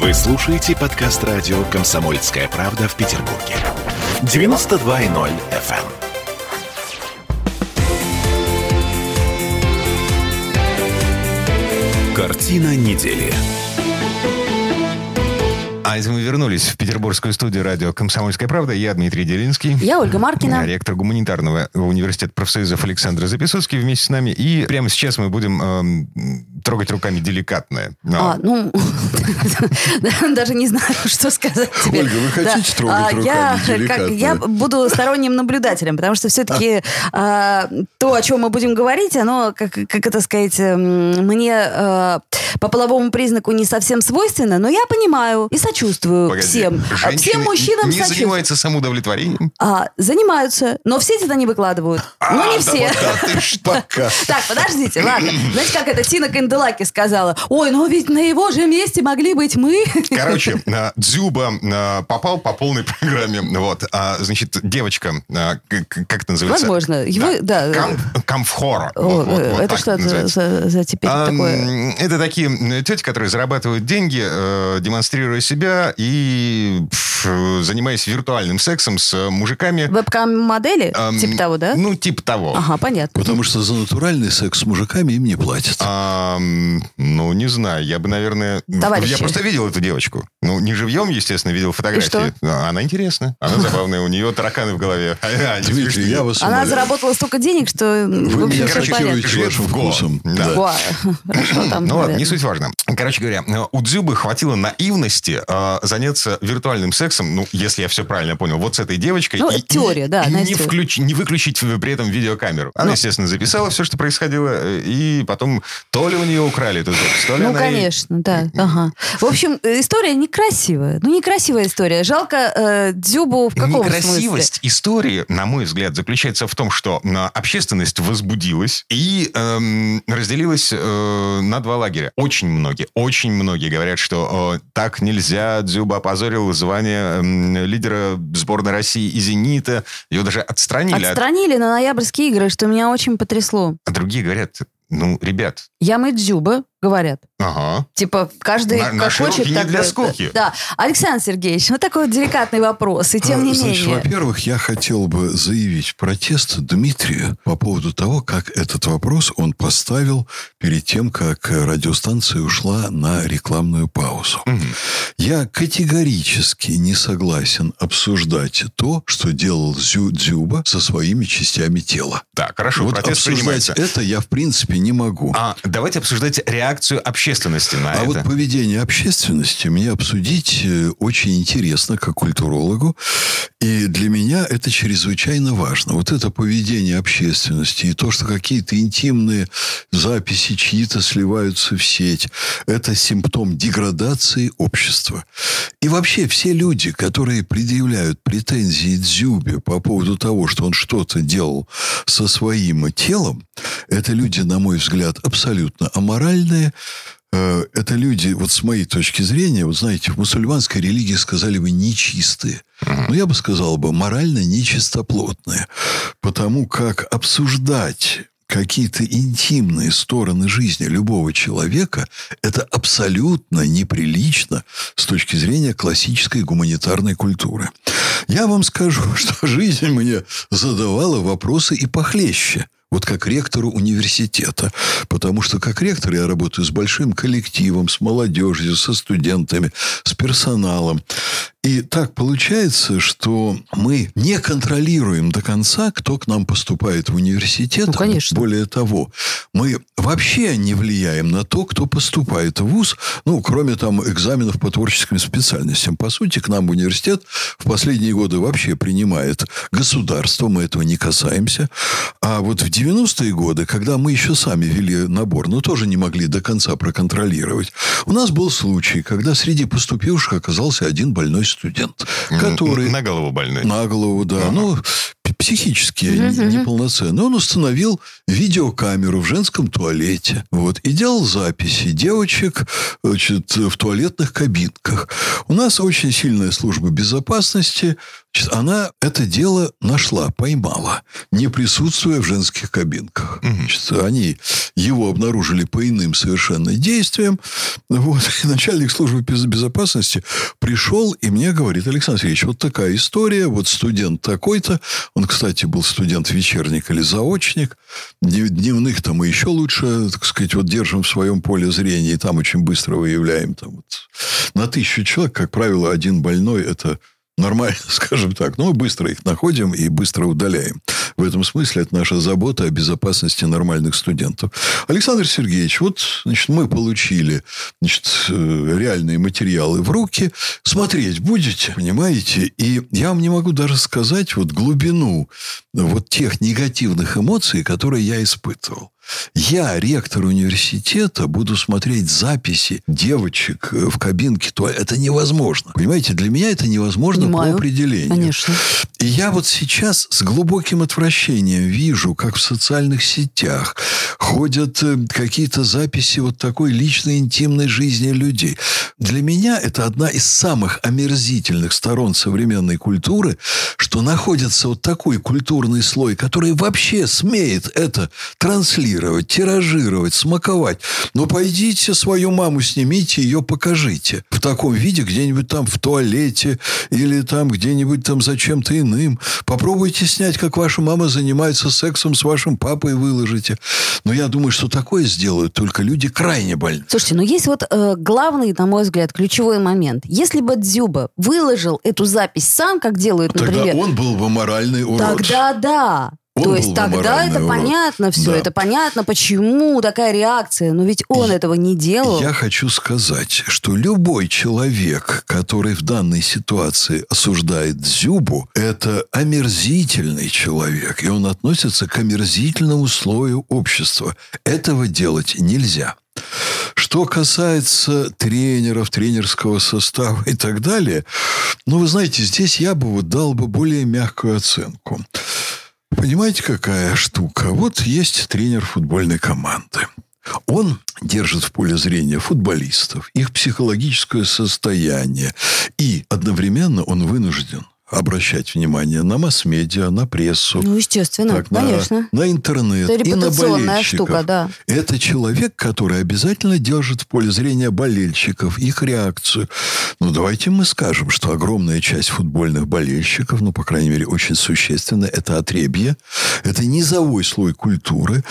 Вы слушаете подкаст радио «Комсомольская правда» в Петербурге. 92.0 FM. Картина недели. А это мы вернулись в петербургскую студию радио «Комсомольская правда». Я Дмитрий Делинский. Я Ольга Маркина. Ректор гуманитарного университета профсоюзов Александр Записоцкий вместе с нами. И прямо сейчас мы будем трогать руками деликатное. Даже не знаю, что сказать тебе. Ольга, вы хотите трогать руками деликатное? Я буду сторонним наблюдателем, потому что все-таки то, о чем мы будем говорить, оно, как это сказать, мне по половому признаку не совсем свойственно, но я понимаю и сочувствую всем. Всем мужчинам не занимаются самоудовлетворением? Занимаются, но в сеть это не выкладывают. Но не все. Так, подождите, ладно. Знаете, как это Тина Канделаки сказала? Ой, ну ведь на его же месте могли быть мы. Короче, Дзюба попал по полной программе. Вот. Значит, девочка, как это называется? Возможно. Камфхора. Это что за теперь такое? Это такие тети, которые зарабатывают деньги, демонстрируя себя и занимаясь виртуальным сексом с мужиками. Вебкам-модели? Типа того, да? Ну, типа того. Ага, понятно. Потому что за натуральный секс с мужиками им не платят. Ну, не знаю. Я бы, наверное... Товарищи. Я просто видел эту девочку. Ну, не живьем, естественно, видел фотографии. Она интересная. Она забавная. У нее тараканы в голове. Дмитрий, я вас Она умоляю. заработала столько денег, что... Вы меня Короче, шокируете вашим вкусом. Да. Хорошо, там... Ну ладно, не суть важно. Короче говоря, у Дзюбы хватило наивности заняться виртуальным сексом, ну, если я все правильно понял, вот с этой девочкой. Ну, теория, да. Не выключить при этом видеокамеру. Она, естественно, записала все, что происходило, и потом то ли у нее украли эту запись, то ли она... конечно, да. Ага. В общем, история некрасивая. Ну, некрасивая история. Жалко Дзюбу в каком смысле? Некрасивость истории, на мой взгляд, заключается в том, что общественность возбудилась и разделилась на два лагеря. Очень многие говорят, что так нельзя. Дзюба опозорил звание лидера сборной России и «Зенита». Ее даже отстранили. Отстранили на ноябрьские игры, что меня очень потрясло. А другие говорят, ну, ребят... Я мы Дзюба, говорят. Ага. Типа, каждый как наши хочет... руки не так для это. скуки. Да. Александр Сергеевич, вот такой вот деликатный вопрос. И тем не Значит, менее... во-первых, я хотел бы заявить протест Дмитрию по поводу того, как этот вопрос он поставил перед тем, как радиостанция ушла на рекламную паузу. Угу. Я категорически не согласен обсуждать то, что делал Дзюба со своими частями тела. Так, хорошо, Вот протест обсуждать принимается. это я, в принципе, не могу. Давайте обсуждать реакцию общественности на это. А вот поведение общественности мне обсудить очень интересно, как культурологу. И для меня это чрезвычайно важно. Вот это поведение общественности и то, что какие-то интимные записи чьи-то сливаются в сеть, это симптом деградации общества. И вообще все люди, которые предъявляют претензии Дзюбе по поводу того, что он что-то делал со своим телом, это люди, на мой взгляд, абсолютно аморальные. Это люди, вот с моей точки зрения, вот знаете, в мусульманской религии сказали бы нечистые. Но я бы сказал бы морально нечистоплотные. Потому как обсуждать какие-то интимные стороны жизни любого человека, это абсолютно неприлично с точки зрения классической гуманитарной культуры. Я вам скажу, что жизнь мне задавала вопросы и похлеще. Вот как ректору университета. Потому что как ректор я работаю с большим коллективом, с молодежью, со студентами, с персоналом. И так получается, что мы не контролируем до конца, кто к нам поступает в университет. Ну, конечно. Более того, мы вообще не влияем на то, кто поступает в вуз, ну, кроме там экзаменов по творческим специальностям. По сути, к нам в университет в последние годы вообще принимает государство, мы этого не касаемся. А вот в 90-е годы, когда мы еще сами вели набор, но тоже не могли до конца проконтролировать, у нас был случай, когда среди поступивших оказался один больной студент, который... На голову больной. На голову, да. Ну, психически неполноценный. Он установил видеокамеру в женском туалете. Вот, и делал записи девочек, значит, в туалетных кабинках. У нас очень сильная служба безопасности. Значит, она это дело нашла, поймала, не присутствуя в женских кабинках. Значит, они его обнаружили по иным совершенно действиям. Вот. И начальник службы безопасности пришел и мне говорит: Александр Сергеевич, вот такая история, вот студент такой-то, он, кстати, был студент-вечерник или заочник, дневных там мы еще лучше, так сказать, вот держим в своем поле зрения, и там очень быстро выявляем. Там вот. На 1000 человек, как правило, один больной – это нормально, скажем так. Но мы быстро их находим и быстро удаляем. В этом смысле это наша забота о безопасности нормальных студентов. Александр Сергеевич, вот, значит, мы получили, значит, реальные материалы в руки. Смотреть будете, понимаете? И я вам не могу даже сказать вот глубину вот тех негативных эмоций, которые я испытывал. Я, ректор университета, буду смотреть записи девочек в кабинке. То это невозможно. Понимаете, для меня это невозможно. Понимаю. По определению. Конечно. И я вот сейчас с глубоким отвращением вижу, как в социальных сетях ходят какие-то записи вот такой личной, интимной жизни людей. Для меня это одна из самых омерзительных сторон современной культуры, что находится вот такой культурный слой, который вообще смеет это транслировать, тиражировать, смаковать. Но пойдите свою маму снимите, ее покажите. В таком виде где-нибудь там в туалете или там где-нибудь там за чем-то иным. Попробуйте снять, как ваша мама занимается сексом с вашим папой, выложите. Но я думаю, что такое сделают только люди крайне больные. Слушайте, ну есть вот главный, на мой взгляд, ключевой момент. Если бы Дзюба выложил эту запись сам, как делают, например... Тогда он был бы моральный урод. Тогда да. То есть тогда это понятно все, да. Это понятно, почему такая реакция. Но ведь он этого не делал. Я хочу сказать, что любой человек, который в данной ситуации осуждает Дзюбу, это омерзительный человек. И он относится к омерзительному слою общества. Этого делать нельзя. Что касается тренеров, тренерского состава и так далее, ну, вы знаете, здесь я бы вот дал бы более мягкую оценку. Понимаете, какая штука? Вот есть тренер футбольной команды. Он держит в поле зрения футболистов, их психологическое состояние. И одновременно он вынужден обращать внимание на масс-медиа, на прессу. Ну, естественно, так, конечно. На интернет это и на болельщиков. Штука, да. Это человек, который обязательно держит в поле зрения болельщиков, их реакцию. Ну, давайте мы скажем, что огромная часть футбольных болельщиков, ну, по крайней мере, очень существенно, это отребье, это низовой слой культуры.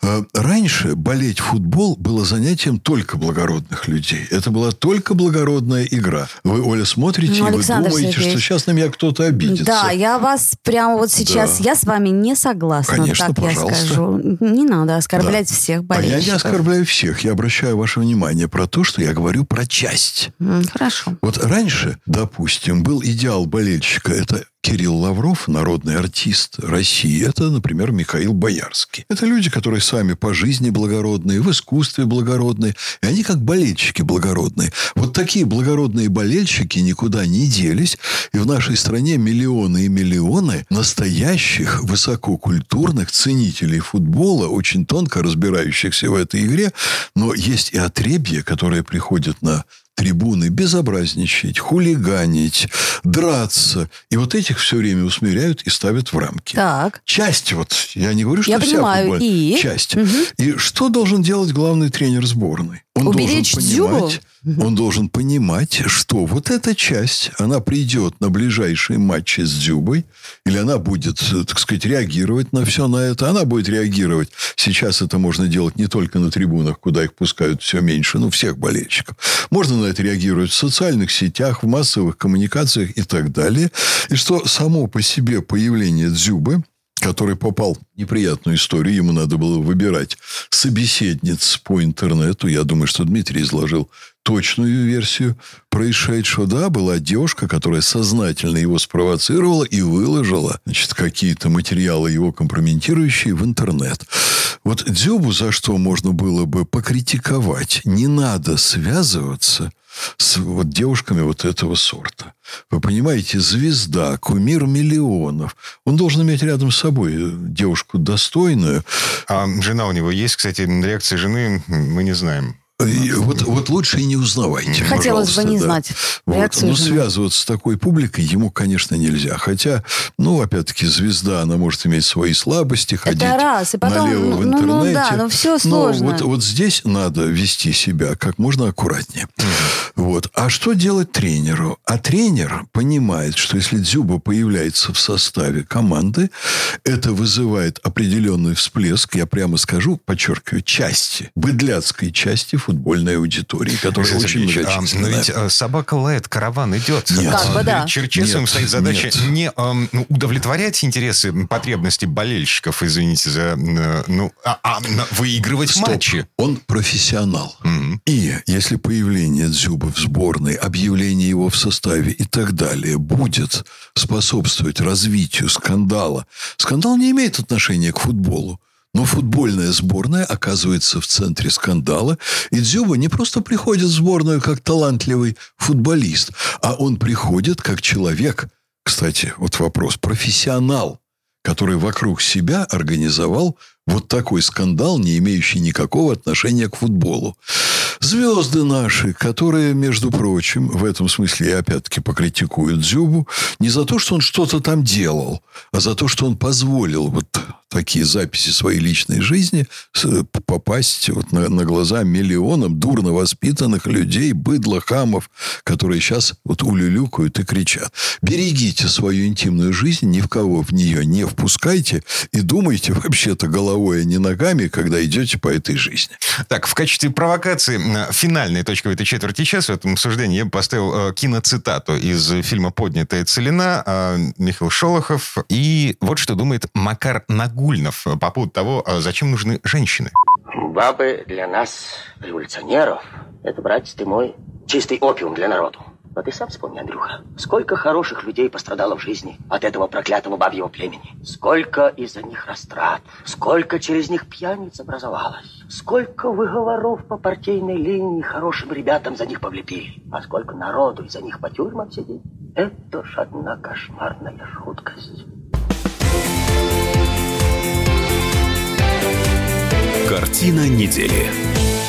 Раньше болеть футбол было занятием только благородных людей. Это была только благородная игра. Вы, Оля, смотрите, и вы думаете, что сейчас на меня кто-то обидится. Да, я вас прямо вот сейчас... Да. Я с вами не согласна. Конечно, так пожалуйста. Я скажу. Не надо оскорблять всех болельщиков. А я не оскорбляю всех. Я обращаю ваше внимание про то, что я говорю про часть. Хорошо. Вот раньше, допустим, был идеал болельщика. Это Кирилл Лавров, народный артист России. Это, например, Михаил Боярский. Это люди, которые сами по жизни благородные, в искусстве благородные. И они как болельщики благородные. Вот такие благородные болельщики никуда не делись. И в нашей стране миллионы и миллионы настоящих высококультурных ценителей футбола, очень тонко разбирающихся в этой игре. Но есть и отребья, которые приходят на трибуны безобразничать, хулиганить, драться. И вот этих все время усмиряют и ставят в рамки. Так. Часть вот. Я не говорю, что я вся понимаю. И? Часть. Угу. И что должен делать главный тренер сборной? Он уберечь Дзюбу? Он должен понимать, что вот эта часть, она придет на ближайшие матчи с Дзюбой, или она будет, так сказать, реагировать на все на это. Она будет реагировать. Сейчас это можно делать не только на трибунах, куда их пускают все меньше, ну, всех болельщиков. Можно на это реагировать в социальных сетях, в массовых коммуникациях и так далее. И что само по себе появление Дзюбы, который попал в неприятную историю, ему надо было выбирать собеседниц по интернету. Я думаю, что Дмитрий изложил точную версию происшедшего. Да, была девушка, которая сознательно его спровоцировала и выложила, значит, какие-то материалы его компрометирующие в интернет. Вот Дзюбу за что можно было бы покритиковать? Не надо связываться с вот девушками вот этого сорта. Вы понимаете, звезда, кумир миллионов. Он должен иметь рядом с собой девушку достойную. А жена у него есть, кстати, реакции жены мы не знаем. Вот лучше и не узнавайте. Хотелось бы не знать. Вот. Но связываться с такой публикой ему, конечно, нельзя. Хотя, опять-таки, звезда, она может иметь свои слабости, ходить раз. И потом, налево в интернете. Но все сложно. Но вот здесь надо вести себя как можно аккуратнее. Вот. А что делать тренеру? А тренер понимает, что если Дзюба появляется в составе команды, это вызывает определенный всплеск, я прямо скажу, подчеркиваю, быдляцкой части футбольной аудитории, которая очень многочисленная. Но ведь собака лает, караван идет. Нет. Черчесовым стоит задача не удовлетворять интересы, потребности болельщиков, извините за... выигрывать матчи. Он профессионал. И если появление Дзюбы в сборной, объявление его в составе и так далее будет способствовать развитию скандала. Скандал не имеет отношения к футболу. Но футбольная сборная оказывается в центре скандала. И Дзюба не просто приходит в сборную как талантливый футболист, а он приходит как человек. Кстати, вот вопрос. Профессионал, который вокруг себя организовал вот такой скандал, не имеющий никакого отношения к футболу. Звезды наши, которые, между прочим, в этом смысле я опять-таки покритикую Дзюбу, не за то, что он что-то там делал, а за то, что он позволил вот такие записи своей личной жизни попасть вот на глаза миллионам дурно воспитанных людей, быдло, хамов, которые сейчас вот улюлюкают и кричат. Берегите свою интимную жизнь, ни в кого в нее не впускайте и думайте вообще-то головой, а не ногами, когда идете по этой жизни. Так, в качестве провокации, финальной точкой в этой четверти часа, в этом обсуждении, я бы поставил киноцитату из фильма «Поднятая целина», Михаил Шолохов. И вот что думает Макар Нагульнов по поводу того, зачем нужны женщины. Бабы для нас, революционеров, это, братец ты мой, чистый опиум для народу. Но ты сам вспомни, Андрюха, сколько хороших людей пострадало в жизни от этого проклятого бабьего племени. Сколько из-за них растрат, сколько через них пьяниц образовалось, сколько выговоров по партийной линии хорошим ребятам за них повлепили, а сколько народу из-за них по тюрьмам сидит. Это ж одна кошмарная жуткость. Картина недели.